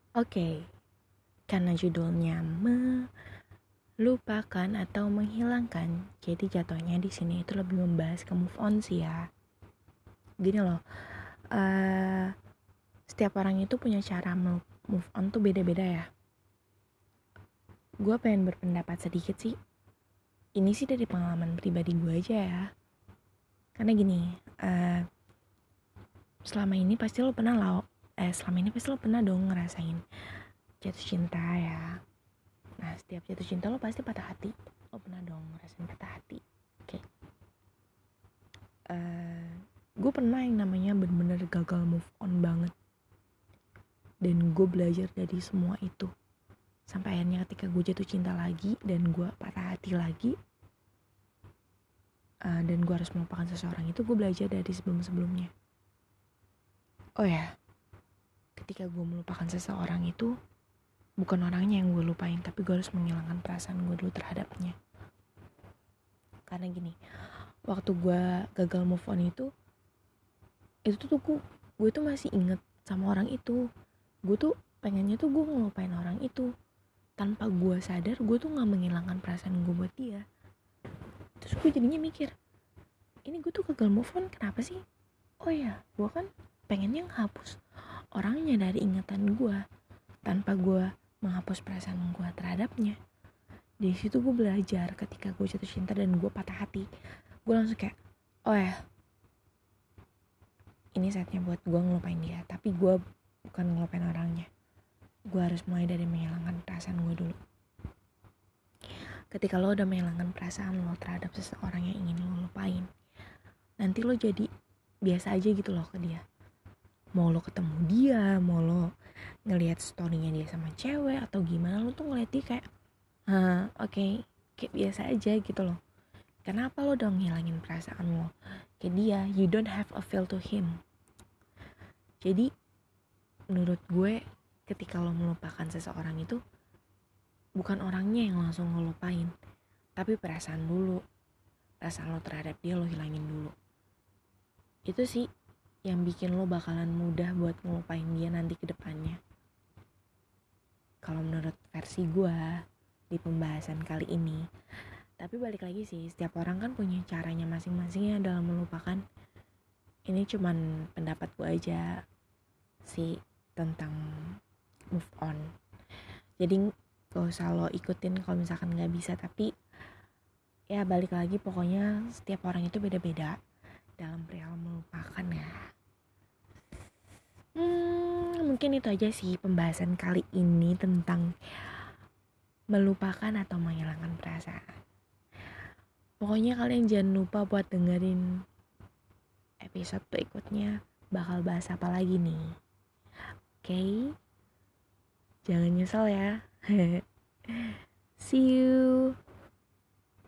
Oke, karena judulnya melupakan atau menghilangkan, jadi jatuhnya di sini itu lebih membahas ke move on sih ya. Gini loh, eh setiap orang itu punya cara move on tuh beda-beda ya. Gue pengen berpendapat sedikit sih. Ini sih dari pengalaman pribadi gue aja ya. Karena gini, eh selama ini pasti lo pernah dong ngerasain jatuh cinta ya. Nah, setiap jatuh cinta lo pasti patah hati. Lo pernah dong ngerasain patah hati. Oke. Gue pernah yang namanya bener-bener gagal move on banget. Dan gue belajar dari semua itu. Sampai akhirnya ketika gue jatuh cinta lagi dan gue patah hati lagi, dan gue harus melupakan seseorang itu, gue belajar dari sebelum-sebelumnya. Oh ya, ketika gue melupakan seseorang itu, bukan orangnya yang gue lupain, tapi gue harus menghilangkan perasaan gue dulu terhadapnya. Karena gini, waktu gue gagal move on itu tuh gue tuh masih inget sama orang itu. Gue tuh pengennya tuh gue ngelupain orang itu. Tanpa gue sadar, gue tuh gak menghilangkan perasaan gue buat dia. Terus gue jadinya mikir, ini gue tuh gagal move on kenapa sih? Oh ya, gue kan pengennya ngehapus orangnya dari ingatan gue tanpa gue menghapus perasaan gue terhadapnya. Di situ gue belajar ketika gue jatuh cinta dan gue patah hati, gue langsung kayak, oh ya, ini saatnya buat gue ngelupain dia. Tapi gue bukan ngelupain orangnya. Gue harus mulai dari menghilangkan perasaan gue dulu. Ketika lo udah menghilangkan perasaan lo terhadap seseorang yang ingin lo lupain, nanti lo jadi biasa aja gitu loh ke dia. Mau lo ketemu dia, mau lo ngelihat storynya dia sama cewek atau gimana, lo tuh ngeliat dia kayak oke, kayak biasa aja gitu loh. Kenapa lo udah ngilangin perasaan lo ke dia? You don't have a feel to him. Jadi menurut gue, ketika lo melupakan seseorang itu, bukan orangnya yang langsung lo lupain, tapi perasaan dulu. Perasaan lo terhadap dia lo hilangin dulu. Itu sih yang bikin lo bakalan mudah buat ngelupain dia nanti ke depannya. Kalau menurut versi gue di pembahasan kali ini. Tapi balik lagi sih, setiap orang kan punya caranya masing-masing ya dalam melupakan. Ini cuman pendapat gue aja sih tentang move on. Jadi gak usah lo ikutin kalau misalkan gak bisa. Tapi ya balik lagi, pokoknya setiap orang itu beda-beda dalam perihal melupakan ya. Mungkin itu aja sih pembahasan kali ini tentang melupakan atau menghilangkan perasaan. Pokoknya kalian jangan lupa buat dengerin episode berikutnya, bakal bahas apa lagi nih. Oke? Jangan nyesel ya. See you.